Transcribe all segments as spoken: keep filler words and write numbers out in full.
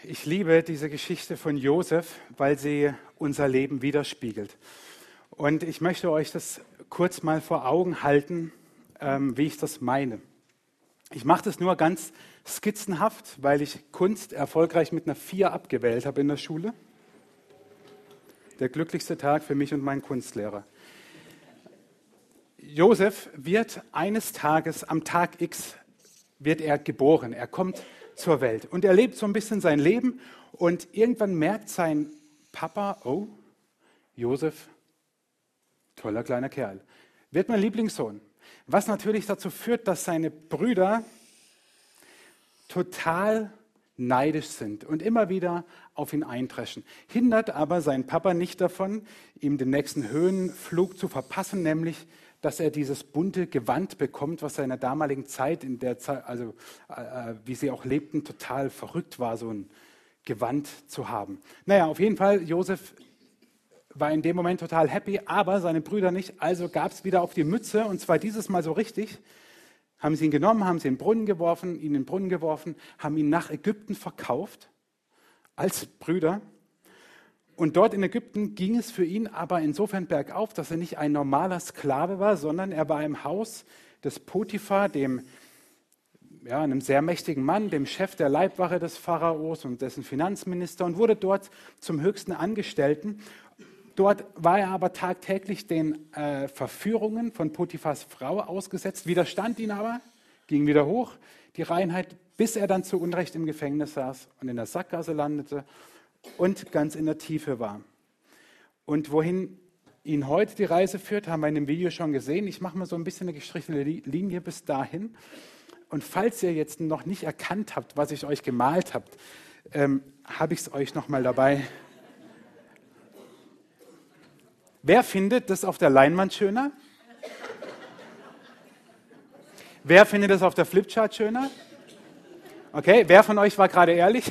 Ich liebe diese Geschichte von Josef, weil sie unser Leben widerspiegelt. Und ich möchte euch das kurz mal vor Augen halten, ähm, wie ich das meine. Ich mache das nur ganz skizzenhaft, weil ich Kunst erfolgreich mit einer vier abgewählt habe in der Schule. Der glücklichste Tag für mich und meinen Kunstlehrer. Josef wird eines Tages, am Tag X, wird er geboren. Er kommt zur Welt und er lebt so ein bisschen sein Leben und irgendwann merkt sein Papa, oh, Josef, toller kleiner Kerl, wird mein Lieblingssohn. Was natürlich dazu führt, dass seine Brüder total neidisch sind und immer wieder auf ihn eindreschen. Hindert aber seinen Papa nicht davon, ihm den nächsten Höhenflug zu verpassen, nämlich dass er dieses bunte Gewand bekommt, was seiner damaligen Zeit, in der Zeit, also äh, wie sie auch lebten, total verrückt war, so ein Gewand zu haben. Naja, auf jeden Fall, Josef war in dem Moment total happy, aber seine Brüder nicht, also gab es wieder auf die Mütze, und zwar dieses Mal so richtig. Haben sie ihn genommen, haben sie in den Brunnen geworfen, ihn in den Brunnen geworfen, haben ihn nach Ägypten verkauft, als Brüder. Und dort in Ägypten ging es für ihn aber insofern bergauf, dass er nicht ein normaler Sklave war, sondern er war im Haus des Potiphar, dem, ja, einem sehr mächtigen Mann, dem Chef der Leibwache des Pharaos und dessen Finanzminister, und wurde dort zum höchsten Angestellten. Dort war er aber tagtäglich den äh, Verführungen von Potiphars Frau ausgesetzt, widerstand ihn aber, ging wieder hoch, die Reinheit, bis er dann zu Unrecht im Gefängnis saß und in der Sackgasse landete und ganz in der Tiefe war. Und wohin ihn heute die Reise führt, haben wir in dem Video schon gesehen. Ich mache mal so ein bisschen eine gestrichelte Linie bis dahin. Und falls ihr jetzt noch nicht erkannt habt, was ich euch gemalt habe, ähm, habe ich es euch noch mal dabei. Wer findet das auf der Leinwand schöner? Wer findet das auf der Flipchart schöner? Okay, wer von euch war gerade ehrlich?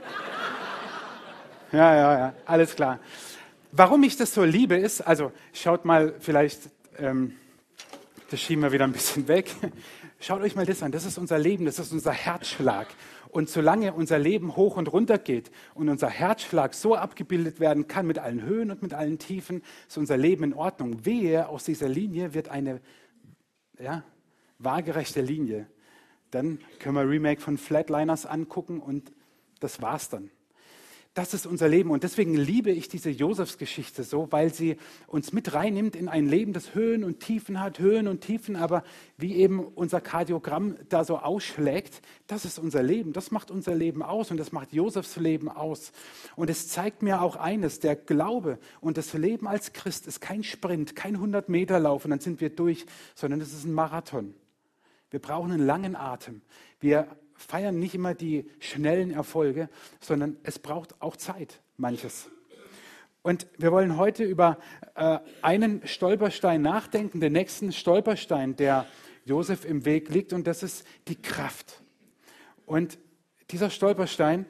Ja, ja, ja, alles klar. Warum ich das so liebe ist, also schaut mal vielleicht, ähm, das schieben wir wieder ein bisschen weg, schaut euch mal das an, das ist unser Leben, das ist unser Herzschlag. Und solange unser Leben hoch und runter geht und unser Herzschlag so abgebildet werden kann, mit allen Höhen und mit allen Tiefen, ist unser Leben in Ordnung. Wehe, aus dieser Linie wird eine ja, waagerechte Linie. Dann können wir Remake von Flatliners angucken und das war's dann. Das ist unser Leben und deswegen liebe ich diese Josefsgeschichte so, weil sie uns mit reinnimmt in ein Leben, das Höhen und Tiefen hat, Höhen und Tiefen, aber wie eben unser Kardiogramm da so ausschlägt, das ist unser Leben, das macht unser Leben aus und das macht Josefs Leben aus. Und es zeigt mir auch eines, der Glaube und das Leben als Christ ist kein Sprint, kein hundert Meter Lauf und dann sind wir durch, sondern es ist ein Marathon. Wir brauchen einen langen Atem. Wir feiern nicht immer die schnellen Erfolge, sondern es braucht auch Zeit, manches. Und wir wollen heute über äh, einen Stolperstein nachdenken, den nächsten Stolperstein, der Josef im Weg liegt, und das ist die Kraft. Und dieser Stolperstein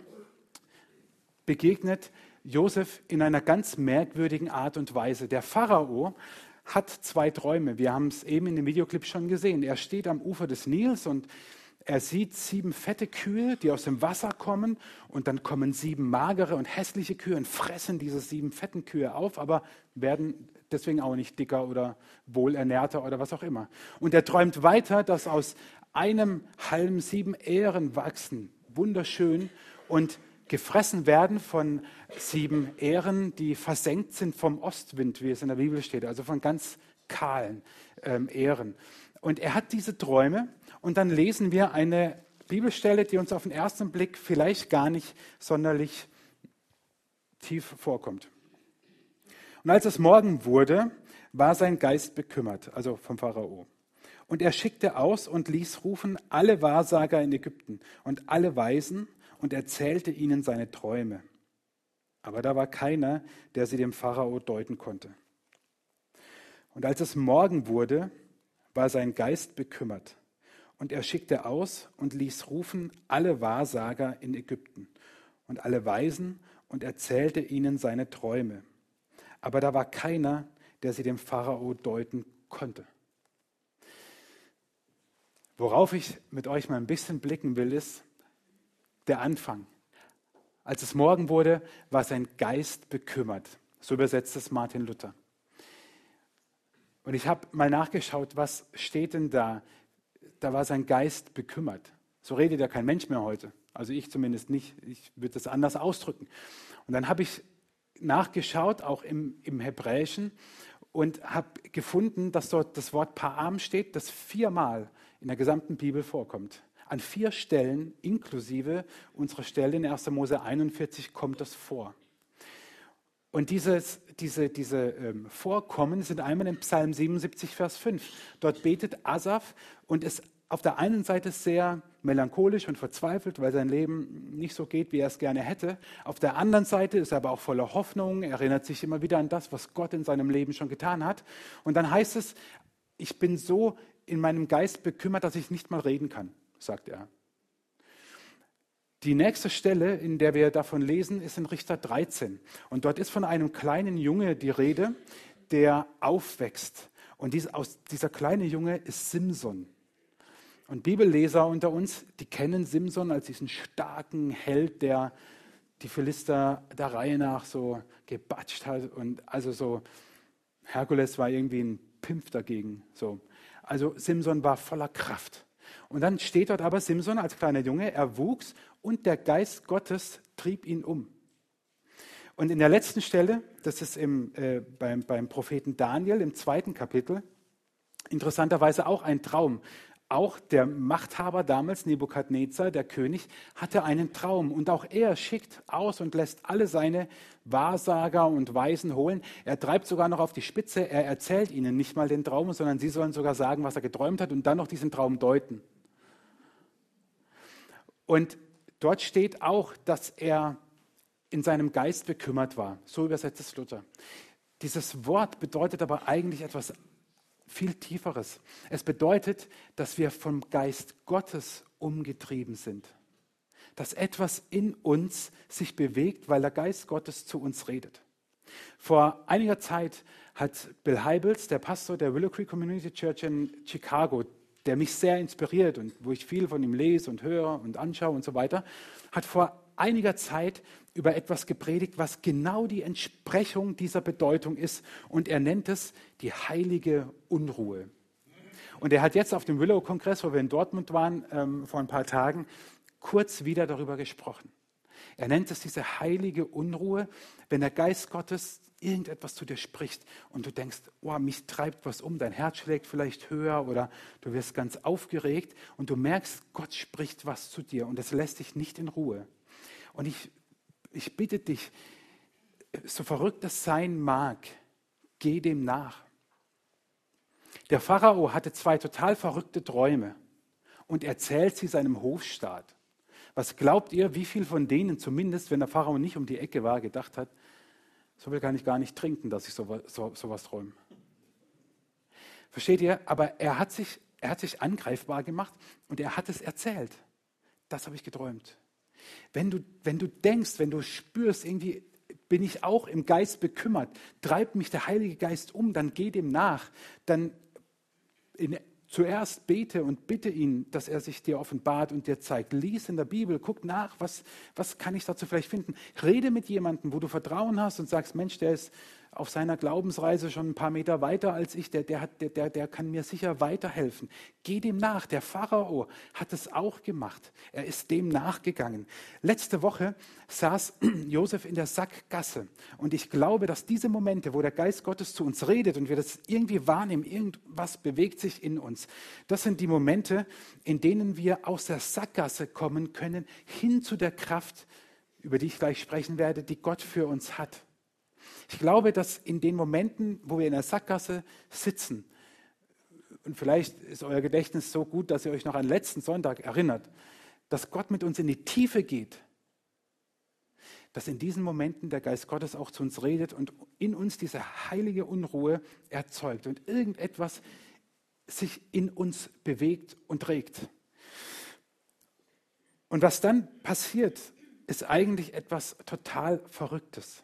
begegnet Josef in einer ganz merkwürdigen Art und Weise. Der Pharao hat zwei Träume. Wir haben es eben in dem Videoclip schon gesehen. Er steht am Ufer des Nils und er sieht sieben fette Kühe, die aus dem Wasser kommen, und dann kommen sieben magere und hässliche Kühe und fressen diese sieben fetten Kühe auf, aber werden deswegen auch nicht dicker oder wohlernährter oder was auch immer. Und er träumt weiter, dass aus einem Halm sieben Ähren wachsen, wunderschön, und gefressen werden von sieben Ähren, die versenkt sind vom Ostwind, wie es in der Bibel steht, also von ganz kahlen ähm, Ähren. Und er hat diese Träume und dann lesen wir eine Bibelstelle, die uns auf den ersten Blick vielleicht gar nicht sonderlich tief vorkommt. Und als es Morgen wurde, war sein Geist bekümmert, also vom Pharao. Und er schickte aus und ließ rufen alle Wahrsager in Ägypten und alle Weisen und erzählte ihnen seine Träume. Aber da war keiner, der sie dem Pharao deuten konnte. Und als es Morgen wurde, war sein Geist bekümmert. Und er schickte aus und ließ rufen alle Wahrsager in Ägypten und alle Weisen und erzählte ihnen seine Träume. Aber da war keiner, der sie dem Pharao deuten konnte. Worauf ich mit euch mal ein bisschen blicken will, ist der Anfang. Als es Morgen wurde, war sein Geist bekümmert. So übersetzt es Martin Luther. Und ich habe mal nachgeschaut, was steht denn da? Da war sein Geist bekümmert. So redet ja kein Mensch mehr heute. Also ich zumindest nicht. Ich würde das anders ausdrücken. Und dann habe ich nachgeschaut, auch im, im Hebräischen, und habe gefunden, dass dort das Wort Pa'am steht, das viermal in der gesamten Bibel vorkommt. An vier Stellen, inklusive unserer Stelle in erster Mose einundvierzig, kommt das vor. Und dieses, diese, diese ähm, Vorkommen sind einmal in Psalm siebenundsiebzig, Vers fünf. Dort betet Asaf und ist auf der einen Seite sehr melancholisch und verzweifelt, weil sein Leben nicht so geht, wie er es gerne hätte. Auf der anderen Seite ist er aber auch voller Hoffnung, er erinnert sich immer wieder an das, was Gott in seinem Leben schon getan hat. Und dann heißt es, ich bin so in meinem Geist bekümmert, dass ich nicht mal reden kann, sagt er. Die nächste Stelle, in der wir davon lesen, ist in Richter dreizehn. Und dort ist von einem kleinen Junge die Rede, der aufwächst. Und dies, aus dieser kleine Junge ist Simson. Und Bibelleser unter uns, die kennen Simson als diesen starken Held, der die Philister der Reihe nach so gebatscht hat. Und also so, Herkules war irgendwie ein Pimpf dagegen. So. Also Simson war voller Kraft. Und dann steht dort aber Simson als kleiner Junge, er wuchs und der Geist Gottes trieb ihn um. Und in der letzten Stelle, das ist im, äh, beim, beim Propheten Daniel im zweiten Kapitel, interessanterweise auch ein Traum. Auch der Machthaber damals, Nebukadnezar, der König, hatte einen Traum. Und auch er schickt aus und lässt alle seine Wahrsager und Weisen holen. Er treibt sogar noch auf die Spitze. Er erzählt ihnen nicht mal den Traum, sondern sie sollen sogar sagen, was er geträumt hat und dann noch diesen Traum deuten. Und dort steht auch, dass er in seinem Geist bekümmert war. So übersetzt es Luther. Dieses Wort bedeutet aber eigentlich etwas viel Tieferes. Es bedeutet, dass wir vom Geist Gottes umgetrieben sind. Dass etwas in uns sich bewegt, weil der Geist Gottes zu uns redet. Vor einiger Zeit hat Bill Hybels, der Pastor der Willow Creek Community Church in Chicago, der mich sehr inspiriert und wo ich viel von ihm lese und höre und anschaue und so weiter, hat vor einiger Zeit über etwas gepredigt, was genau die Entsprechung dieser Bedeutung ist. Und er nennt es die heilige Unruhe. Und er hat jetzt auf dem Willow-Kongress, wo wir in Dortmund waren, ähm, vor ein paar Tagen, kurz wieder darüber gesprochen. Er nennt es diese heilige Unruhe, wenn der Geist Gottes irgendetwas zu dir spricht und du denkst, oh, mich treibt was um, dein Herz schlägt vielleicht höher oder du wirst ganz aufgeregt und du merkst, Gott spricht was zu dir und es lässt dich nicht in Ruhe. Und ich, ich bitte dich, so verrückt es sein mag, geh dem nach. Der Pharao hatte zwei total verrückte Träume und erzählt sie seinem Hofstaat. Was glaubt ihr, wie viel von denen, zumindest wenn der Pharao nicht um die Ecke war, gedacht hat, so viel kann ich gar nicht trinken, dass ich sowas, so, sowas träume. Versteht ihr? Aber er hat, sich, er hat sich angreifbar gemacht und er hat es erzählt. Das habe ich geträumt. Wenn du, wenn du denkst, wenn du spürst, irgendwie bin ich auch im Geist bekümmert, treibt mich der Heilige Geist um, dann geh dem nach. Dann in, zuerst bete und bitte ihn, dass er sich dir offenbart und dir zeigt. Lies in der Bibel, guck nach, was, was kann ich dazu vielleicht finden. Rede mit jemandem, wo du Vertrauen hast und sagst, Mensch, der ist auf seiner Glaubensreise schon ein paar Meter weiter als ich, der, der, hat, der, der, der kann mir sicher weiterhelfen. Geh dem nach. Der Pharao hat es auch gemacht. Er ist dem nachgegangen. Letzte Woche saß Josef in der Sackgasse und ich glaube, dass diese Momente, wo der Geist Gottes zu uns redet und wir das irgendwie wahrnehmen, irgendwas bewegt sich in uns, das sind die Momente, in denen wir aus der Sackgasse kommen können, hin zu der Kraft, über die ich gleich sprechen werde, die Gott für uns hat. Ich glaube, dass in den Momenten, wo wir in der Sackgasse sitzen, und vielleicht ist euer Gedächtnis so gut, dass ihr euch noch an letzten Sonntag erinnert, dass Gott mit uns in die Tiefe geht, dass in diesen Momenten der Geist Gottes auch zu uns redet und in uns diese heilige Unruhe erzeugt und irgendetwas sich in uns bewegt und regt. Und was dann passiert, ist eigentlich etwas total Verrücktes.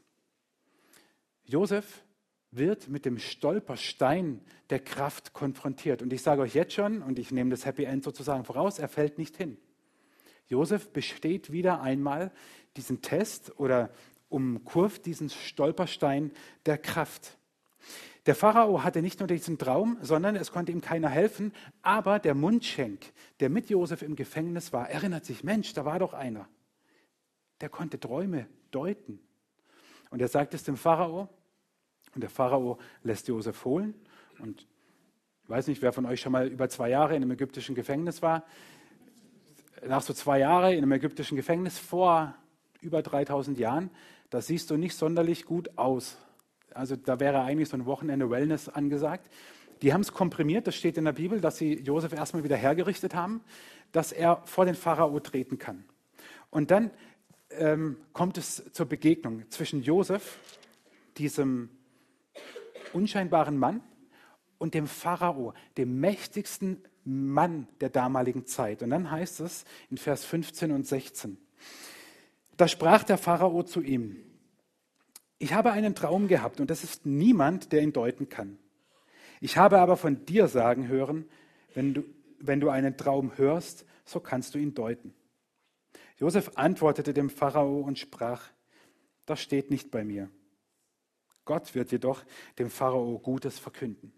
Josef wird mit dem Stolperstein der Kraft konfrontiert. Und ich sage euch jetzt schon, und ich nehme das Happy End sozusagen voraus, er fällt nicht hin. Josef besteht wieder einmal diesen Test oder umkurvt diesen Stolperstein der Kraft. Der Pharao hatte nicht nur diesen Traum, sondern es konnte ihm keiner helfen, aber der Mundschenk, der mit Josef im Gefängnis war, erinnert sich, Mensch, da war doch einer. Der konnte Träume deuten. Und er sagt es dem Pharao und der Pharao lässt Josef holen. Und ich weiß nicht, wer von euch schon mal über zwei Jahre in einem ägyptischen Gefängnis war. Nach so zwei Jahren in einem ägyptischen Gefängnis vor über dreitausend Jahren, da siehst du nicht sonderlich gut aus. Also da wäre eigentlich so ein Wochenende Wellness angesagt. Die haben es komprimiert, das steht in der Bibel, dass sie Josef erstmal wieder hergerichtet haben, dass er vor den Pharao treten kann. Und dann ähm, kommt es zur Begegnung zwischen Josef, diesem unscheinbaren Mann, und dem Pharao, dem mächtigsten Mann der damaligen Zeit. Und dann heißt es in Vers fünfzehn und sechzehn, da sprach der Pharao zu ihm, ich habe einen Traum gehabt und es ist niemand, der ihn deuten kann. Ich habe aber von dir sagen hören, wenn du, wenn du einen Traum hörst, so kannst du ihn deuten. Josef antwortete dem Pharao und sprach, das steht nicht bei mir. Gott wird jedoch dem Pharao Gutes verkünden.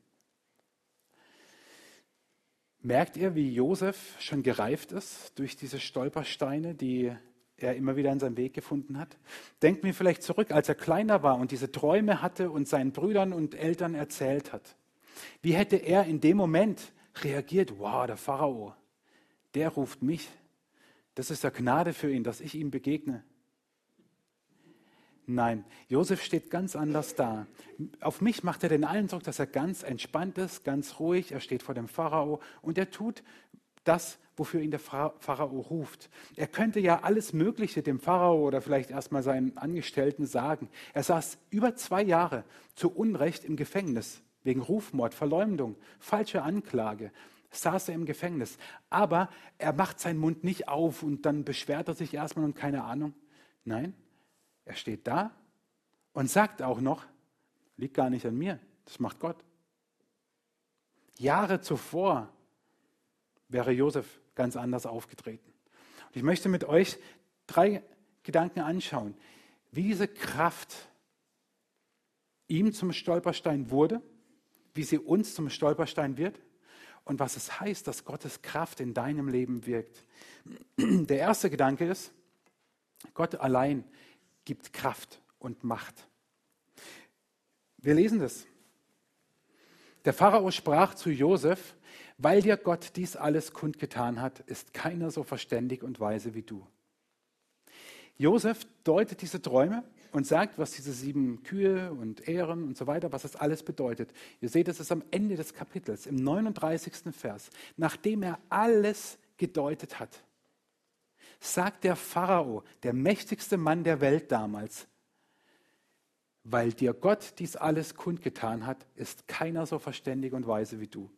Merkt ihr, wie Josef schon gereift ist durch diese Stolpersteine, die er immer wieder in seinem Weg gefunden hat? Denkt mir vielleicht zurück, als er kleiner war und diese Träume hatte und seinen Brüdern und Eltern erzählt hat. Wie hätte er in dem Moment reagiert? Wow, der Pharao, der ruft mich. Das ist ja Gnade für ihn, dass ich ihm begegne. Nein, Josef steht ganz anders da. Auf mich macht er den Eindruck, dass er ganz entspannt ist, ganz ruhig. Er steht vor dem Pharao und er tut das, wofür ihn der Pharao ruft. Er könnte ja alles Mögliche dem Pharao oder vielleicht erstmal seinen Angestellten sagen. Er saß über zwei Jahre zu Unrecht im Gefängnis, wegen Rufmord, Verleumdung, falsche Anklage. Saß er im Gefängnis. Aber er macht seinen Mund nicht auf und dann beschwert er sich erstmal und keine Ahnung. Nein, er steht da und sagt auch noch, liegt gar nicht an mir, das macht Gott. Jahre zuvor wäre Josef ganz anders aufgetreten. Und ich möchte mit euch drei Gedanken anschauen, wie diese Kraft ihm zum Stolperstein wurde, wie sie uns zum Stolperstein wird und was es heißt, dass Gottes Kraft in deinem Leben wirkt. Der erste Gedanke ist, Gott allein gibt Kraft und Macht. Wir lesen das. Der Pharao sprach zu Josef, weil dir Gott dies alles kundgetan hat, ist keiner so verständig und weise wie du. Josef deutet diese Träume und sagt, was diese sieben Kühe und Ähren und so weiter, was das alles bedeutet. Ihr seht, es ist am Ende des Kapitels, im neununddreißigsten Vers, nachdem er alles gedeutet hat, sagt der Pharao, der mächtigste Mann der Welt damals, weil dir Gott dies alles kundgetan hat, ist keiner so verständig und weise wie du.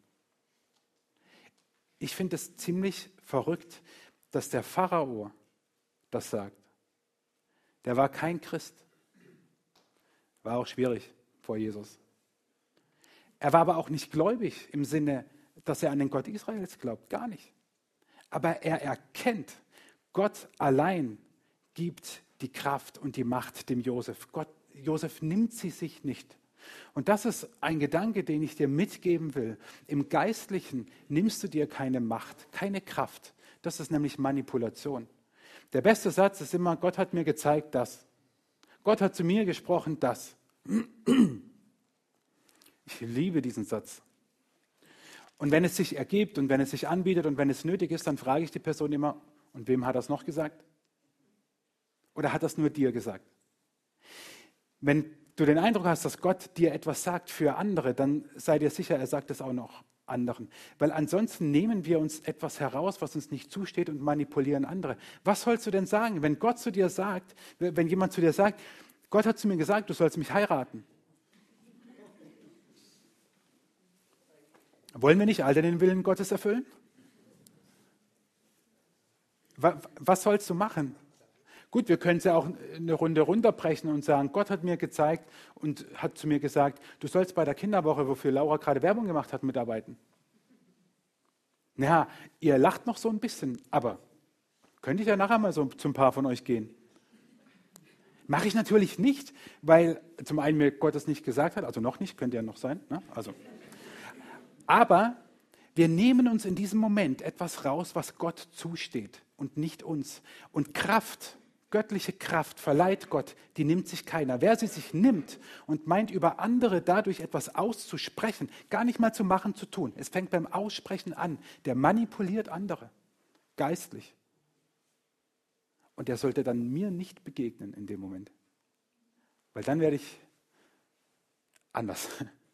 Ich finde es ziemlich verrückt, dass der Pharao das sagt. Der war kein Christ. War auch schwierig vor Jesus. Er war aber auch nicht gläubig im Sinne, dass er an den Gott Israels glaubt. Gar nicht. Aber er erkennt, Gott allein gibt die Kraft und die Macht dem Josef. Gott, Josef nimmt sie sich nicht. Und das ist ein Gedanke, den ich dir mitgeben will. Im Geistlichen nimmst du dir keine Macht, keine Kraft. Das ist nämlich Manipulation. Der beste Satz ist immer, Gott hat mir gezeigt das. Gott hat zu mir gesprochen das. Ich liebe diesen Satz. Und wenn es sich ergibt und wenn es sich anbietet und wenn es nötig ist, dann frage ich die Person immer, und wem hat er es noch gesagt? Oder hat er es nur dir gesagt? Wenn du den Eindruck hast, dass Gott dir etwas sagt für andere, dann sei dir sicher, er sagt es auch noch anderen. Weil ansonsten nehmen wir uns etwas heraus, was uns nicht zusteht und manipulieren andere. Was sollst du denn sagen, wenn Gott zu dir sagt, wenn jemand zu dir sagt, Gott hat zu mir gesagt, du sollst mich heiraten? Wollen wir nicht alle den Willen Gottes erfüllen? Was sollst du machen? Gut, wir können es ja auch eine Runde runterbrechen und sagen, Gott hat mir gezeigt und hat zu mir gesagt, du sollst bei der Kinderwoche, wofür Laura gerade Werbung gemacht hat, mitarbeiten. Ja, ihr lacht noch so ein bisschen, aber Könnte ich ja nachher mal so zu ein paar von euch gehen. Mache ich natürlich nicht, weil zum einen mir Gott das nicht gesagt hat, also noch nicht, könnte ja noch sein. Ne? Also. Aber wir nehmen uns in diesem Moment etwas raus, was Gott zusteht und nicht uns. Und Kraft, göttliche Kraft verleiht Gott, die nimmt sich keiner. Wer sie sich nimmt und meint, über andere dadurch etwas auszusprechen, gar nicht mal zu machen, zu tun. Es fängt beim Aussprechen an. Der manipuliert andere, geistlich. Und der sollte dann mir nicht begegnen in dem Moment. Weil dann werde ich anders.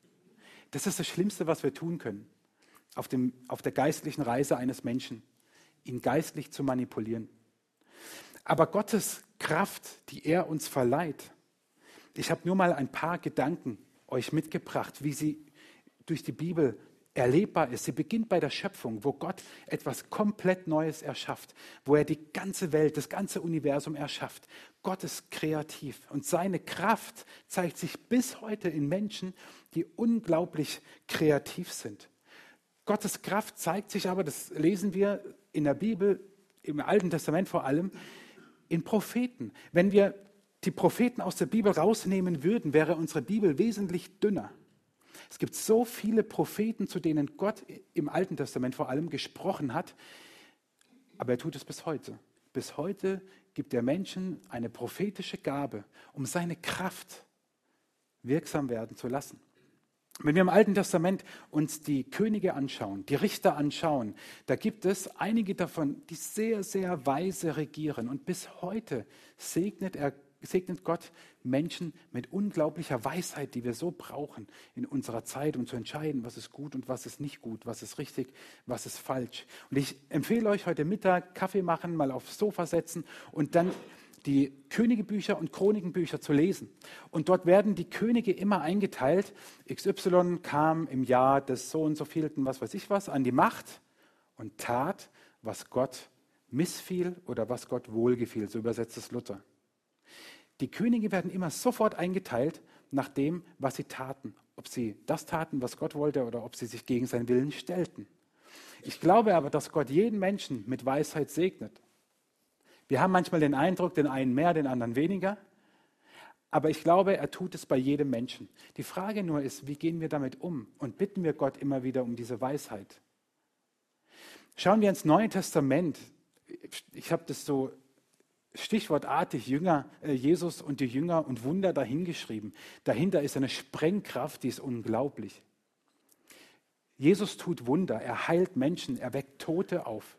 Das ist das Schlimmste, was wir tun können. Auf, dem, auf der geistlichen Reise eines Menschen, ihn geistlich zu manipulieren. Aber Gottes Kraft, die er uns verleiht, ich habe nur mal ein paar Gedanken euch mitgebracht, wie sie durch die Bibel erlebbar ist. Sie beginnt bei der Schöpfung, wo Gott etwas komplett Neues erschafft, wo er die ganze Welt, das ganze Universum erschafft. Gott ist kreativ und seine Kraft zeigt sich bis heute in Menschen, die unglaublich kreativ sind. Gottes Kraft zeigt sich aber, das lesen wir in der Bibel, im Alten Testament vor allem, in Propheten. Wenn wir die Propheten aus der Bibel rausnehmen würden, wäre unsere Bibel wesentlich dünner. Es gibt so viele Propheten, zu denen Gott im Alten Testament vor allem gesprochen hat, aber er tut es bis heute. Bis heute gibt er Menschen eine prophetische Gabe, um seine Kraft wirksam werden zu lassen. Wenn wir im Alten Testament uns die Könige anschauen, die Richter anschauen, da gibt es einige davon, die sehr, sehr weise regieren. Und bis heute segnet, er, segnet Gott Menschen mit unglaublicher Weisheit, die wir so brauchen in unserer Zeit, um zu entscheiden, was ist gut und was ist nicht gut, was ist richtig, was ist falsch. Und ich empfehle euch heute Mittag Kaffee machen, mal aufs Sofa setzen und dann die Königebücher und Chronikenbücher zu lesen. Und dort werden die Könige immer eingeteilt. X Y kam im Jahr des so und so vielten, was weiß ich was, an die Macht und tat, was Gott missfiel oder was Gott wohlgefiel. So übersetzt es Luther. Die Könige werden immer sofort eingeteilt nach dem, was sie taten. Ob sie das taten, was Gott wollte, oder ob sie sich gegen seinen Willen stellten. Ich glaube aber, dass Gott jeden Menschen mit Weisheit segnet. Wir haben manchmal den Eindruck, den einen mehr, den anderen weniger. Aber ich glaube, er tut es bei jedem Menschen. Die Frage nur ist, wie gehen wir damit um? Und bitten wir Gott immer wieder um diese Weisheit. Schauen wir ins Neue Testament. Ich habe das so stichwortartig Jünger, äh, Jesus und die Jünger und Wunder dahingeschrieben. Dahinter ist eine Sprengkraft, die ist unglaublich. Jesus tut Wunder, er heilt Menschen, er weckt Tote auf.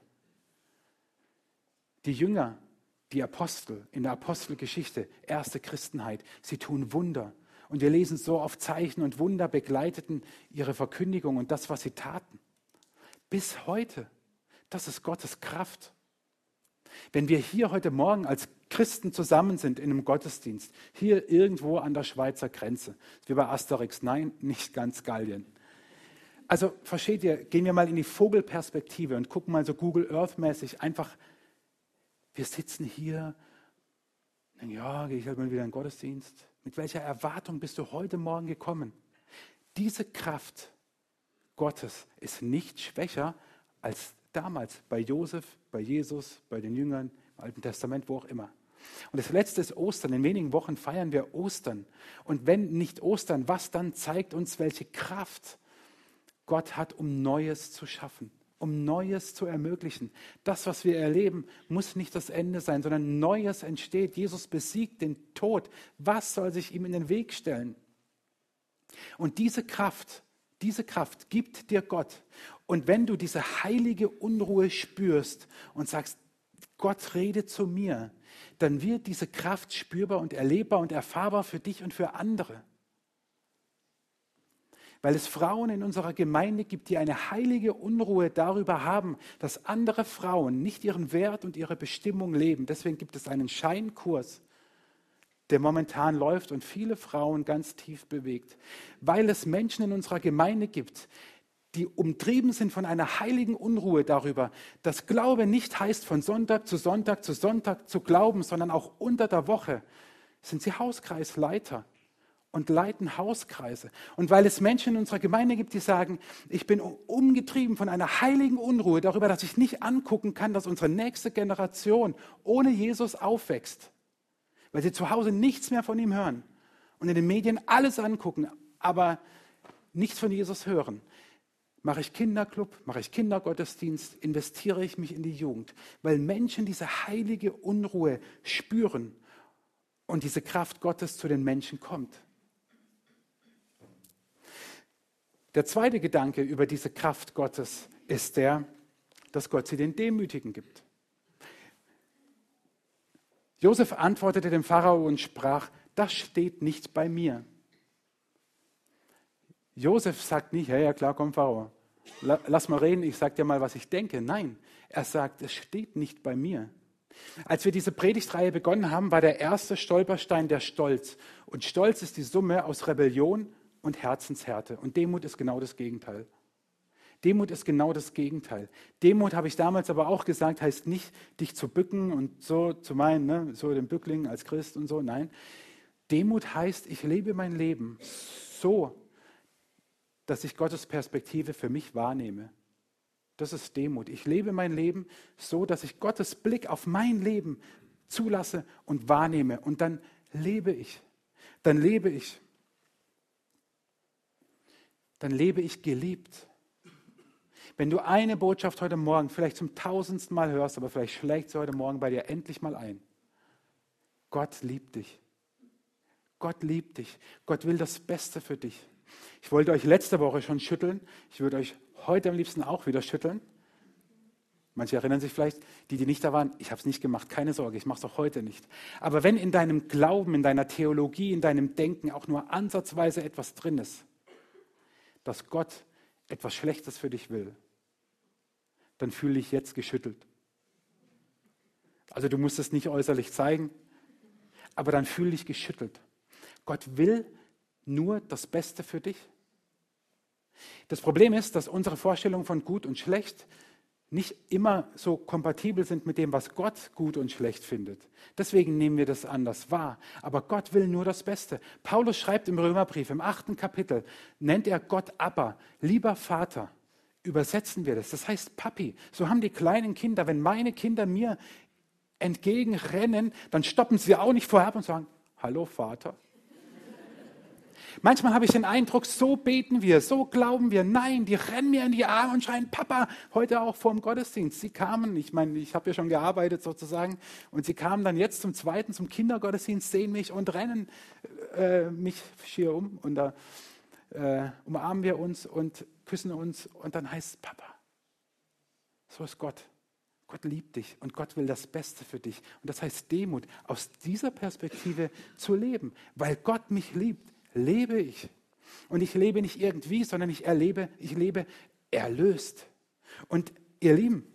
Die Jünger, die Apostel in der Apostelgeschichte, erste Christenheit, sie tun Wunder. Und wir lesen so oft, Zeichen und Wunder begleiteten ihre Verkündigung und das, was sie taten. Bis heute, das ist Gottes Kraft. Wenn wir hier heute Morgen als Christen zusammen sind in einem Gottesdienst, hier irgendwo an der Schweizer Grenze, wie bei Asterix, nein, nicht ganz Gallien. Also versteht ihr, gehen wir mal in die Vogelperspektive und gucken mal so Google Earth-mäßig einfach. Wir sitzen hier, denken, ja, gehe ich halt mal wieder in den Gottesdienst. Mit welcher Erwartung bist du heute Morgen gekommen? Diese Kraft Gottes ist nicht schwächer als damals bei Josef, bei Jesus, bei den Jüngern, im Alten Testament, wo auch immer. Und das letzte ist Ostern. In wenigen Wochen feiern wir Ostern. Und wenn nicht Ostern, was dann zeigt uns, welche Kraft Gott hat, um Neues zu schaffen? Um Neues zu ermöglichen. Das, was wir erleben, muss nicht das Ende sein, sondern Neues entsteht. Jesus besiegt den Tod. Was soll sich ihm in den Weg stellen? Und diese Kraft, diese Kraft gibt dir Gott. Und wenn du diese heilige Unruhe spürst und sagst, Gott rede zu mir, dann wird diese Kraft spürbar und erlebbar und erfahrbar für dich und für andere. Weil es Frauen in unserer Gemeinde gibt, die eine heilige Unruhe darüber haben, dass andere Frauen nicht ihren Wert und ihre Bestimmung leben. Deswegen gibt es einen Scheinkurs, der momentan läuft und viele Frauen ganz tief bewegt. Weil es Menschen in unserer Gemeinde gibt, die umtrieben sind von einer heiligen Unruhe darüber, dass Glaube nicht heißt, von Sonntag zu Sonntag zu Sonntag zu glauben, sondern auch unter der Woche sind sie Hauskreisleiter. und leiten Hauskreise. Und weil es Menschen in unserer Gemeinde gibt, die sagen, ich bin umgetrieben von einer heiligen Unruhe darüber, dass ich nicht angucken kann, dass unsere nächste Generation ohne Jesus aufwächst, weil sie zu Hause nichts mehr von ihm hören und in den Medien alles angucken, aber nichts von Jesus hören. Mache ich Kinderclub, mache ich Kindergottesdienst, investiere ich mich in die Jugend, weil Menschen diese heilige Unruhe spüren und diese Kraft Gottes zu den Menschen kommt. Der zweite Gedanke über diese Kraft Gottes ist der, dass Gott sie den Demütigen gibt. Josef antwortete dem Pharao und sprach, das steht nicht bei mir. Josef sagt nicht, ja, ja klar, komm Pharao, lass mal reden, ich sag dir mal, was ich denke. Nein, er sagt, es steht nicht bei mir. Als wir diese Predigtreihe begonnen haben, war der erste Stolperstein der Stolz. Und Stolz ist die Summe aus Rebellion und Herzenshärte. Und Demut ist genau das Gegenteil. Demut ist genau das Gegenteil. Demut, habe ich damals aber auch gesagt, heißt nicht, dich zu bücken und so zu meinen, ne, so den Bückling als Christ und so. Nein, Demut heißt, ich lebe mein Leben so, dass ich Gottes Perspektive für mich wahrnehme. Das ist Demut. Ich lebe mein Leben so, dass ich Gottes Blick auf mein Leben zulasse und wahrnehme. Und dann lebe ich. Dann lebe ich. Dann lebe ich geliebt. Wenn du eine Botschaft heute Morgen vielleicht zum tausendsten Mal hörst, aber vielleicht schlägt sie heute Morgen bei dir endlich mal ein. Gott liebt dich. Gott liebt dich. Gott will das Beste für dich. Ich wollte euch letzte Woche schon schütteln. Ich würde euch heute am liebsten auch wieder schütteln. Manche erinnern sich vielleicht, die, die nicht da waren, ich habe es nicht gemacht, keine Sorge, ich mache es auch heute nicht. Aber wenn in deinem Glauben, in deiner Theologie, in deinem Denken auch nur ansatzweise etwas drin ist, dass Gott etwas Schlechtes für dich will, dann fühle dich jetzt geschüttelt. Also du musst es nicht äußerlich zeigen, aber dann fühle dich geschüttelt. Gott will nur das Beste für dich. Das Problem ist, dass unsere Vorstellungen von gut und schlecht nicht immer so kompatibel sind mit dem, was Gott gut und schlecht findet. Deswegen nehmen wir das anders wahr. Aber Gott will nur das Beste. Paulus schreibt im Römerbrief, im achten Kapitel, nennt er Gott Abba, lieber Vater. Übersetzen wir das. Das heißt Papi. So haben die kleinen Kinder, wenn meine Kinder mir entgegenrennen, dann stoppen sie auch nicht vorher ab und sagen, hallo Vater. Manchmal habe ich den Eindruck, so beten wir, so glauben wir. Nein, die rennen mir in die Arme und schreien, Papa, heute auch vor dem Gottesdienst. Sie kamen, ich meine, ich habe ja schon gearbeitet sozusagen, und sie kamen dann jetzt zum zweiten, zum Kindergottesdienst, sehen mich und rennen äh, mich schier um. Und da äh, umarmen wir uns und küssen uns und dann heißt es, Papa, so ist Gott. Gott liebt dich und Gott will das Beste für dich. Und das heißt Demut, aus dieser Perspektive zu leben, weil Gott mich liebt. Lebe ich. Und ich lebe nicht irgendwie, sondern ich erlebe, ich lebe erlöst. Und ihr Lieben,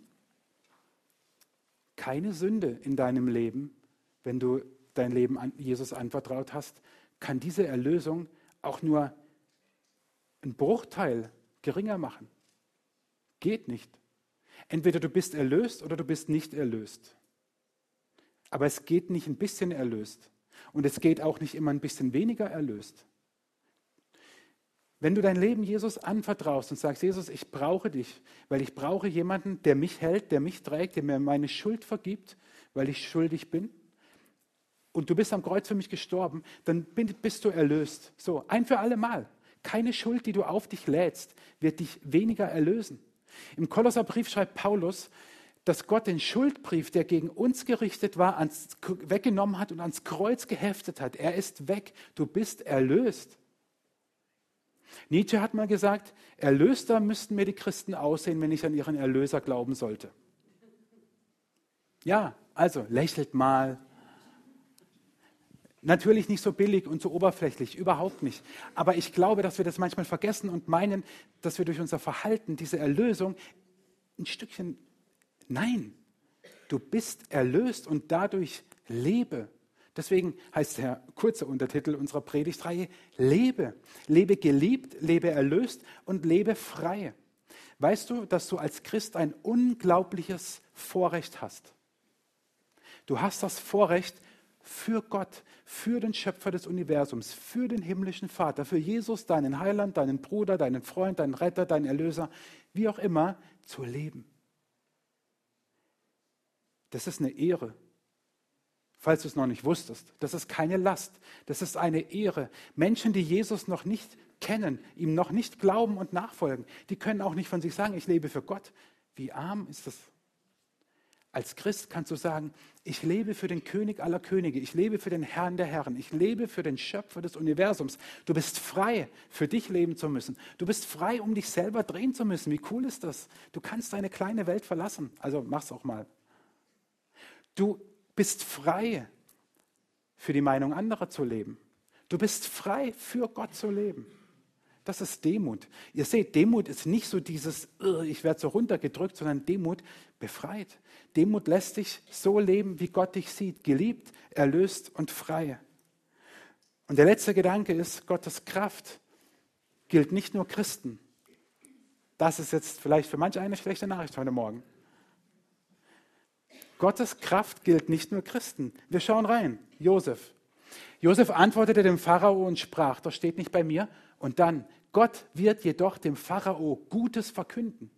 keine Sünde in deinem Leben, wenn du dein Leben an Jesus anvertraut hast, kann diese Erlösung auch nur einen Bruchteil geringer machen. Geht nicht. Entweder du bist erlöst oder du bist nicht erlöst. Aber es geht nicht ein bisschen erlöst. Und es geht auch nicht immer ein bisschen weniger erlöst. Wenn du dein Leben Jesus anvertraust und sagst, Jesus, ich brauche dich, weil ich brauche jemanden, der mich hält, der mich trägt, der mir meine Schuld vergibt, weil ich schuldig bin, und du bist am Kreuz für mich gestorben, dann bist du erlöst. So, ein für alle Mal. Keine Schuld, die du auf dich lädst, wird dich weniger erlösen. Im Kolosserbrief schreibt Paulus, dass Gott den Schuldbrief, der gegen uns gerichtet war, ans, weggenommen hat und ans Kreuz geheftet hat. Er ist weg. Du bist erlöst. Nietzsche hat mal gesagt, erlöster müssten mir die Christen aussehen, wenn ich an ihren Erlöser glauben sollte. Ja, also lächelt mal. Natürlich nicht so billig und so oberflächlich, überhaupt nicht. Aber ich glaube, dass wir das manchmal vergessen und meinen, dass wir durch unser Verhalten diese Erlösung ein Stückchen... Nein, du bist erlöst und dadurch lebe. Deswegen heißt der kurze Untertitel unserer Predigtreihe, lebe. Lebe geliebt, lebe erlöst und lebe frei. Weißt du, dass du als Christ ein unglaubliches Vorrecht hast? Du hast das Vorrecht, für Gott, für den Schöpfer des Universums, für den himmlischen Vater, für Jesus, deinen Heiland, deinen Bruder, deinen Freund, deinen Retter, deinen Erlöser, wie auch immer, zu leben. Das ist eine Ehre, falls du es noch nicht wusstest. Das ist keine Last, das ist eine Ehre. Menschen, die Jesus noch nicht kennen, ihm noch nicht glauben und nachfolgen, die können auch nicht von sich sagen, ich lebe für Gott. Wie arm ist das? Als Christ kannst du sagen, ich lebe für den König aller Könige, ich lebe für den Herrn der Herren, ich lebe für den Schöpfer des Universums. Du bist frei, für dich leben zu müssen. Du bist frei, um dich selber drehen zu müssen. Wie cool ist das? Du kannst deine kleine Welt verlassen. Also mach's auch mal. Du bist frei, für die Meinung anderer zu leben. Du bist frei, für Gott zu leben. Das ist Demut. Ihr seht, Demut ist nicht so dieses, ich werde so runtergedrückt, sondern Demut befreit. Demut lässt dich so leben, wie Gott dich sieht, geliebt, erlöst und frei. Und der letzte Gedanke ist, Gottes Kraft gilt nicht nur Christen. Das ist jetzt vielleicht für manche eine schlechte Nachricht heute Morgen. Gottes Kraft gilt nicht nur Christen. Wir schauen rein. Josef. Josef antwortete dem Pharao und sprach, das steht nicht bei mir. Und dann, Gott wird jedoch dem Pharao Gutes verkünden.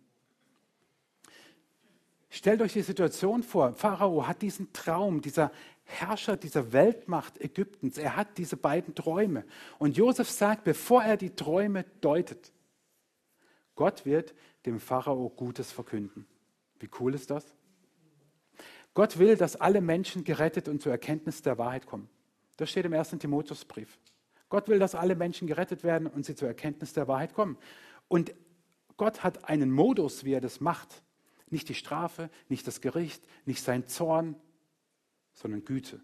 Stellt euch die Situation vor, Pharao hat diesen Traum, dieser Herrscher dieser Weltmacht Ägyptens, er hat diese beiden Träume. Und Josef sagt, bevor er die Träume deutet, Gott wird dem Pharao Gutes verkünden. Wie cool ist das? Gott will, dass alle Menschen gerettet und zur Erkenntnis der Wahrheit kommen. Das steht im ersten Timotheusbrief. Gott will, dass alle Menschen gerettet werden und sie zur Erkenntnis der Wahrheit kommen. Und Gott hat einen Modus, wie er das macht. Nicht die Strafe, nicht das Gericht, nicht sein Zorn, sondern Güte.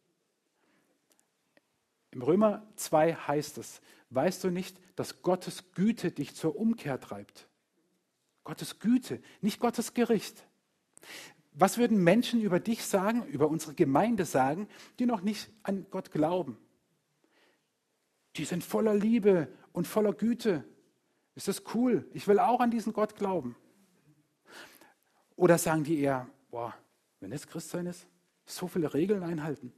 Im Römer zwei heißt es, weißt du nicht, dass Gottes Güte dich zur Umkehr treibt? Gottes Güte, nicht Gottes Gericht. Was würden Menschen über dich sagen, über unsere Gemeinde sagen, die noch nicht an Gott glauben? Die sind voller Liebe und voller Güte. Ist das cool? Ich will auch an diesen Gott glauben. Oder sagen die eher, boah, wenn das Christsein ist, so viele Regeln einhalten.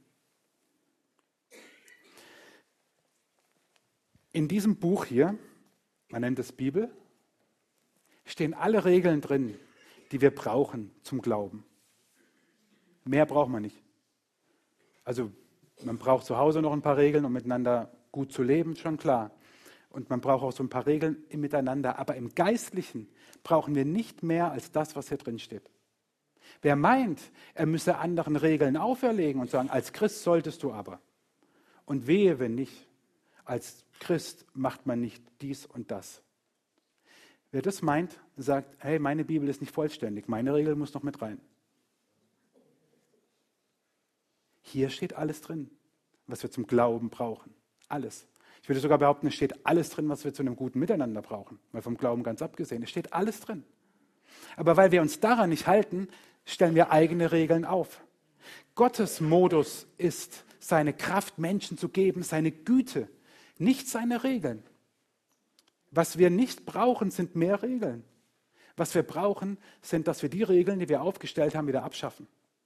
In diesem Buch hier, man nennt es Bibel, stehen alle Regeln drin, die wir brauchen zum Glauben. Mehr braucht man nicht. Also man braucht zu Hause noch ein paar Regeln, um miteinander gut zu leben, schon klar. Und man braucht auch so ein paar Regeln im Miteinander. Aber im Geistlichen brauchen wir nicht mehr als das, was hier drin steht. Wer meint, er müsse anderen Regeln auferlegen und sagen, als Christ solltest du aber. Und wehe, wenn nicht. Als Christ macht man nicht dies und das. Wer das meint, sagt, hey, meine Bibel ist nicht vollständig, meine Regel muss noch mit rein. Hier steht alles drin, was wir zum Glauben brauchen. Alles. Ich würde sogar behaupten, es steht alles drin, was wir zu einem guten Miteinander brauchen. Mal vom Glauben ganz abgesehen. Es steht alles drin. Aber weil wir uns daran nicht halten, stellen wir eigene Regeln auf. Gottes Modus ist, seine Kraft Menschen zu geben, seine Güte, nicht seine Regeln. Was wir nicht brauchen, sind mehr Regeln. Was wir brauchen, sind, dass wir die Regeln, die wir aufgestellt haben, wieder abschaffen.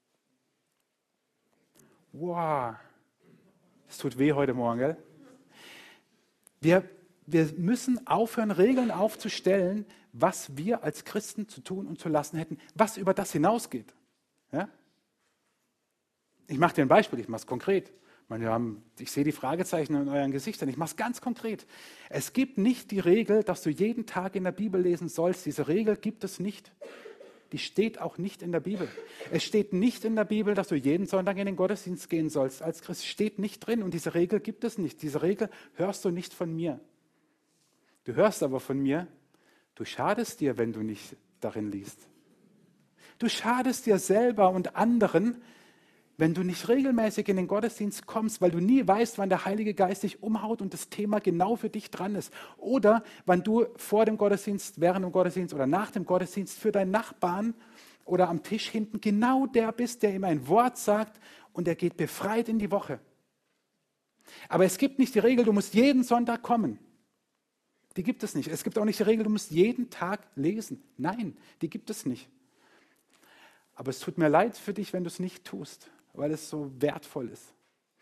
Wow, das tut weh heute Morgen, gell? Wir, wir müssen aufhören, Regeln aufzustellen, was wir als Christen zu tun und zu lassen hätten, was über das hinausgeht. Ja? Ich mache dir ein Beispiel, ich mache es konkret. Ich, meine, wir haben, ich sehe die Fragezeichen in euren Gesichtern, ich mache es ganz konkret. Es gibt nicht die Regel, dass du jeden Tag in der Bibel lesen sollst. Diese Regel gibt es nicht. Die steht auch nicht in der Bibel. Es steht nicht in der Bibel, dass du jeden Sonntag in den Gottesdienst gehen sollst. Als Christ steht nicht drin und diese Regel gibt es nicht. Diese Regel hörst du nicht von mir. Du hörst aber von mir, du schadest dir, wenn du nicht darin liest. Du schadest dir selber und anderen, wenn du nicht regelmäßig in den Gottesdienst kommst, weil du nie weißt, wann der Heilige Geist dich umhaut und das Thema genau für dich dran ist. Oder wann du vor dem Gottesdienst, während dem Gottesdienst oder nach dem Gottesdienst für deinen Nachbarn oder am Tisch hinten genau der bist, der ihm ein Wort sagt und er geht befreit in die Woche. Aber es gibt nicht die Regel, du musst jeden Sonntag kommen. Die gibt es nicht. Es gibt auch nicht die Regel, du musst jeden Tag lesen. Nein, die gibt es nicht. Aber es tut mir leid für dich, wenn du es nicht tust, weil es so wertvoll ist.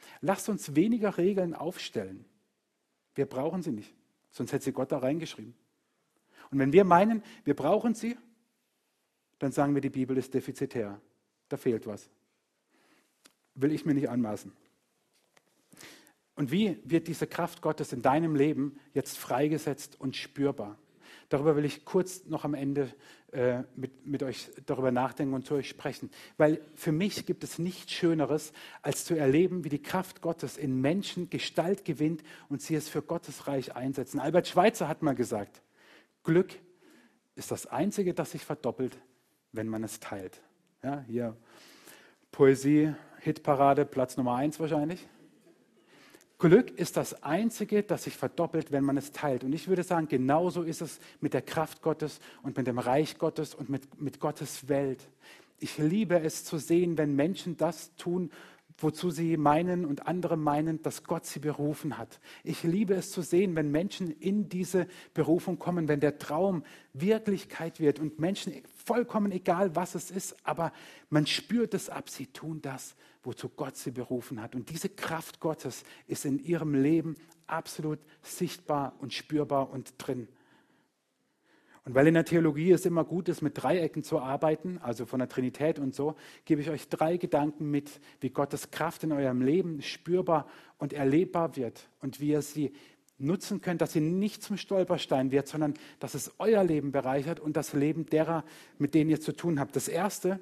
Lasst uns weniger Regeln aufstellen. Wir brauchen sie nicht, sonst hätte sie Gott da reingeschrieben. Und wenn wir meinen, wir brauchen sie, dann sagen wir, die Bibel ist defizitär. Da fehlt was. Will ich mir nicht anmaßen. Und wie wird diese Kraft Gottes in deinem Leben jetzt freigesetzt und spürbar? Darüber will ich kurz noch am Ende äh, mit, mit euch darüber nachdenken und zu euch sprechen. Weil für mich gibt es nichts Schöneres, als zu erleben, wie die Kraft Gottes in Menschen Gestalt gewinnt und sie es für Gottes Reich einsetzen. Albert Schweitzer hat mal gesagt, Glück ist das Einzige, das sich verdoppelt, wenn man es teilt. Ja, hier Poesie, Hitparade, Platz Nummer eins wahrscheinlich. Glück ist das Einzige, das sich verdoppelt, wenn man es teilt. Und ich würde sagen, genauso ist es mit der Kraft Gottes und mit dem Reich Gottes und mit, mit Gottes Welt. Ich liebe es zu sehen, wenn Menschen das tun, wozu sie meinen und andere meinen, dass Gott sie berufen hat. Ich liebe es zu sehen, wenn Menschen in diese Berufung kommen, wenn der Traum Wirklichkeit wird und Menschen, vollkommen egal, was es ist, aber man spürt es ab, sie tun das, wozu Gott sie berufen hat. Und diese Kraft Gottes ist in ihrem Leben absolut sichtbar und spürbar und drin. Und weil in der Theologie es immer gut ist, mit Dreiecken zu arbeiten, also von der Trinität und so, gebe ich euch drei Gedanken mit, wie Gottes Kraft in eurem Leben spürbar und erlebbar wird und wie ihr sie nutzen könnt, dass sie nicht zum Stolperstein wird, sondern dass es euer Leben bereichert und das Leben derer, mit denen ihr zu tun habt. Das Erste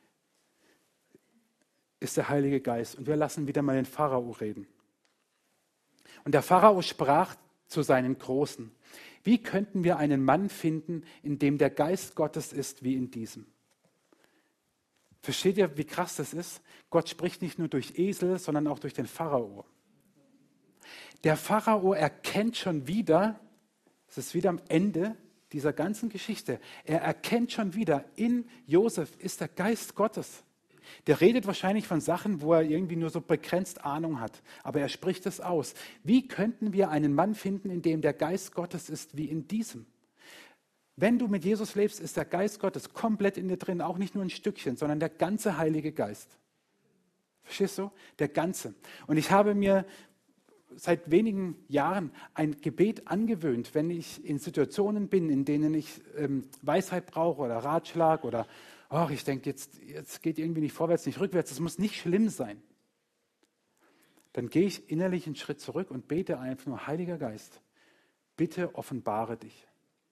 ist der Heilige Geist. Und wir lassen wieder mal den Pharao reden. Und der Pharao sprach zu seinen Großen: Wie könnten wir einen Mann finden, in dem der Geist Gottes ist, wie in diesem? Versteht ihr, wie krass das ist? Gott spricht nicht nur durch Esel, sondern auch durch den Pharao. Der Pharao erkennt schon wieder, es ist wieder am Ende dieser ganzen Geschichte, er erkennt schon wieder, in Josef ist der Geist Gottes. Der redet wahrscheinlich von Sachen, wo er irgendwie nur so begrenzt Ahnung hat. Aber er spricht es aus. Wie könnten wir einen Mann finden, in dem der Geist Gottes ist, wie in diesem? Wenn du mit Jesus lebst, ist der Geist Gottes komplett in dir drin. Auch nicht nur ein Stückchen, sondern der ganze Heilige Geist. Verstehst du? Der ganze. Und ich habe mir seit wenigen Jahren ein Gebet angewöhnt, wenn ich in Situationen bin, in denen ich ähm, Weisheit brauche oder Ratschlag oder oh, ich denke, jetzt, jetzt geht irgendwie nicht vorwärts, nicht rückwärts, das muss nicht schlimm sein. Dann gehe ich innerlich einen Schritt zurück und bete einfach nur: Heiliger Geist, bitte offenbare dich.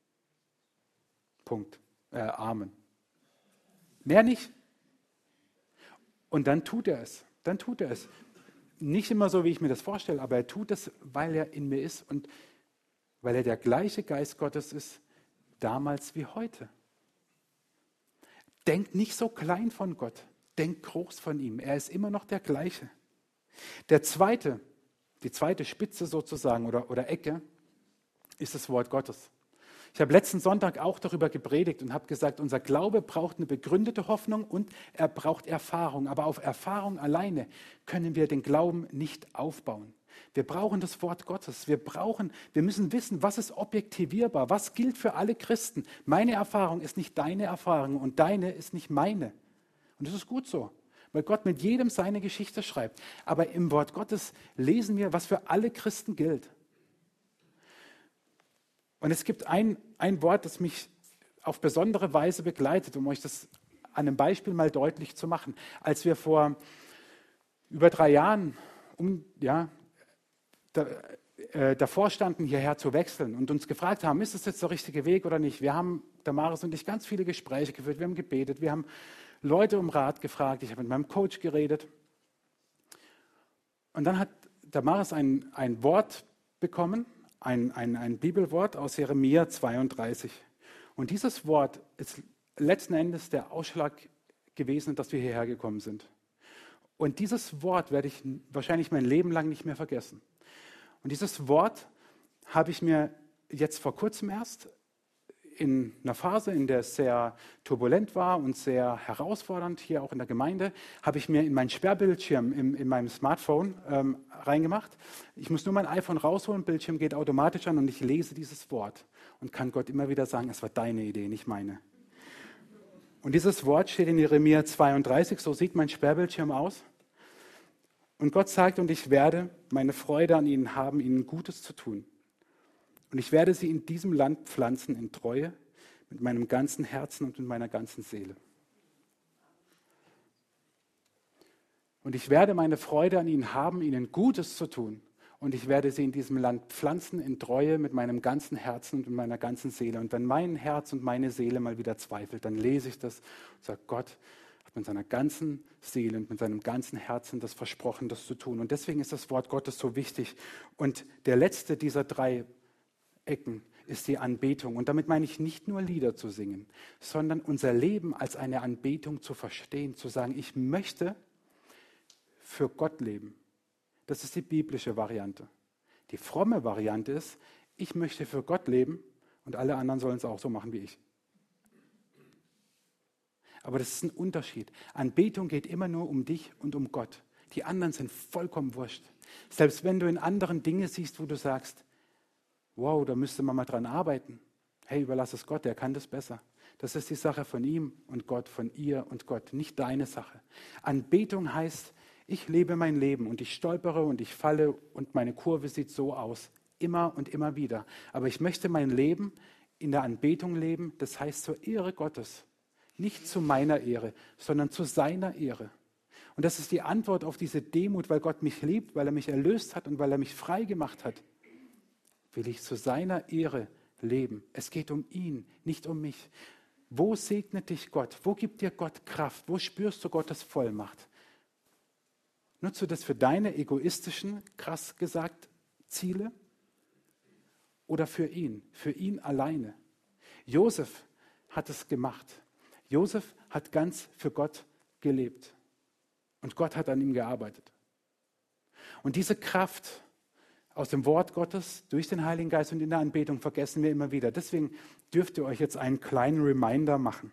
Punkt. Äh, Amen. Mehr nicht. Und dann tut er es. Dann tut er es. Nicht immer so, wie ich mir das vorstelle, aber er tut es, weil er in mir ist und weil er der gleiche Geist Gottes ist, damals wie heute. Denkt nicht so klein von Gott, denkt groß von ihm. Er ist immer noch der gleiche. Der zweite, die zweite Spitze sozusagen oder, oder Ecke ist das Wort Gottes. Ich habe letzten Sonntag auch darüber gepredigt und habe gesagt, unser Glaube braucht eine begründete Hoffnung und er braucht Erfahrung. Aber auf Erfahrung alleine können wir den Glauben nicht aufbauen. Wir brauchen das Wort Gottes. Wir brauchen, wir müssen wissen, was ist objektivierbar, was gilt für alle Christen. Meine Erfahrung ist nicht deine Erfahrung und deine ist nicht meine. Und das ist gut so, weil Gott mit jedem seine Geschichte schreibt. Aber im Wort Gottes lesen wir, was für alle Christen gilt. Und es gibt ein, ein Wort, das mich auf besondere Weise begleitet, um euch das an einem Beispiel mal deutlich zu machen. Als wir vor über drei Jahren um, ja, da, äh, davor standen, hierher zu wechseln und uns gefragt haben, ist das jetzt der richtige Weg oder nicht? Wir haben, Damaris und ich, ganz viele Gespräche geführt, wir haben gebetet, wir haben Leute um Rat gefragt, ich habe mit meinem Coach geredet. Und dann hat Damaris ein, ein Wort bekommen, Ein, ein, ein Bibelwort aus Jeremia zweiunddreißig. Und dieses Wort ist letzten Endes der Ausschlag gewesen, dass wir hierher gekommen sind. Und dieses Wort werde ich wahrscheinlich mein Leben lang nicht mehr vergessen. Und dieses Wort habe ich mir jetzt vor kurzem erst in einer Phase, in der es sehr turbulent war und sehr herausfordernd, hier auch in der Gemeinde, habe ich mir in meinen Sperrbildschirm in, in meinem Smartphone ähm, reingemacht. Ich muss nur mein iPhone rausholen, Bildschirm geht automatisch an und ich lese dieses Wort und kann Gott immer wieder sagen, es war deine Idee, nicht meine. Und dieses Wort steht in Jeremia zweiunddreißig, so sieht mein Sperrbildschirm aus. Und Gott sagt, und ich werde meine Freude an ihnen haben, ihnen Gutes zu tun. Und ich werde sie in diesem Land pflanzen in Treue, mit meinem ganzen Herzen und mit meiner ganzen Seele. Und ich werde meine Freude an ihnen haben, ihnen Gutes zu tun. Und ich werde sie in diesem Land pflanzen in Treue mit meinem ganzen Herzen und mit meiner ganzen Seele. Und wenn mein Herz und meine Seele mal wieder zweifelt, dann lese ich das und sage, Gott hat mit seiner ganzen Seele und mit seinem ganzen Herzen das versprochen, das zu tun. Und deswegen ist das Wort Gottes so wichtig. Und der letzte dieser drei Ecken ist die Anbetung. Und damit meine ich nicht nur Lieder zu singen, sondern unser Leben als eine Anbetung zu verstehen, zu sagen, ich möchte für Gott leben. Das ist die biblische Variante. Die fromme Variante ist, ich möchte für Gott leben und alle anderen sollen es auch so machen wie ich. Aber das ist ein Unterschied. Anbetung geht immer nur um dich und um Gott. Die anderen sind vollkommen wurscht. Selbst wenn du in anderen Dinge siehst, wo du sagst, wow, da müsste man mal dran arbeiten. Hey, überlass es Gott, der kann das besser. Das ist die Sache von ihm und Gott, von ihr und Gott, nicht deine Sache. Anbetung heißt, ich lebe mein Leben und ich stolpere und ich falle und meine Kurve sieht so aus. Immer und immer wieder. Aber ich möchte mein Leben in der Anbetung leben, das heißt zur Ehre Gottes. Nicht zu meiner Ehre, sondern zu seiner Ehre. Und das ist die Antwort auf diese Demut, weil Gott mich liebt, weil er mich erlöst hat und weil er mich frei gemacht hat. Will ich zu seiner Ehre leben. Es geht um ihn, nicht um mich. Wo segnet dich Gott? Wo gibt dir Gott Kraft? Wo spürst du Gottes Vollmacht? Nutzt du das für deine egoistischen, krass gesagt, Ziele? Oder für ihn, für ihn alleine? Josef hat es gemacht. Josef hat ganz für Gott gelebt. Und Gott hat an ihm gearbeitet. Und diese Kraft aus dem Wort Gottes, durch den Heiligen Geist und in der Anbetung vergessen wir immer wieder. Deswegen dürft ihr euch jetzt einen kleinen Reminder machen.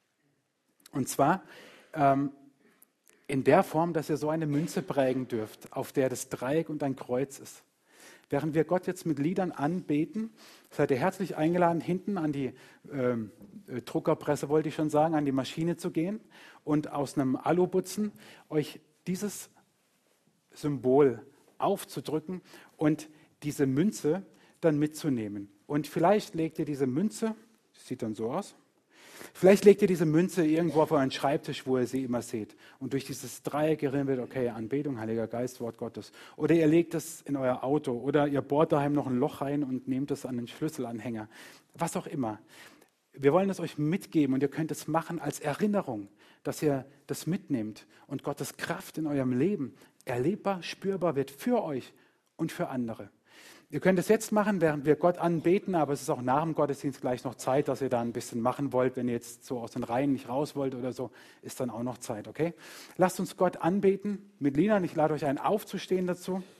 Und zwar ähm, in der Form, dass ihr so eine Münze prägen dürft, auf der das Dreieck und ein Kreuz ist. Während wir Gott jetzt mit Liedern anbeten, seid ihr herzlich eingeladen, hinten an die ähm, Druckerpresse, wollte ich schon sagen, an die Maschine zu gehen und aus einem Alubutzen euch dieses Symbol aufzudrücken und diese Münze dann mitzunehmen. Und vielleicht legt ihr diese Münze, das sieht dann so aus, vielleicht legt ihr diese Münze irgendwo auf euren Schreibtisch, wo ihr sie immer seht. Und durch dieses Dreieck erinnert, okay, Anbetung, Heiliger Geist, Wort Gottes. Oder ihr legt es in euer Auto. Oder ihr bohrt daheim noch ein Loch rein und nehmt es an den Schlüsselanhänger. Was auch immer. Wir wollen es euch mitgeben und ihr könnt es machen als Erinnerung, dass ihr das mitnehmt und Gottes Kraft in eurem Leben erlebbar, spürbar wird für euch und für andere. Ihr könnt es jetzt machen, während wir Gott anbeten, aber es ist auch nach dem Gottesdienst gleich noch Zeit, dass ihr da ein bisschen machen wollt. Wenn ihr jetzt so aus den Reihen nicht raus wollt oder so, ist dann auch noch Zeit, okay? Lasst uns Gott anbeten mit Liedern. Ich lade euch ein, aufzustehen dazu.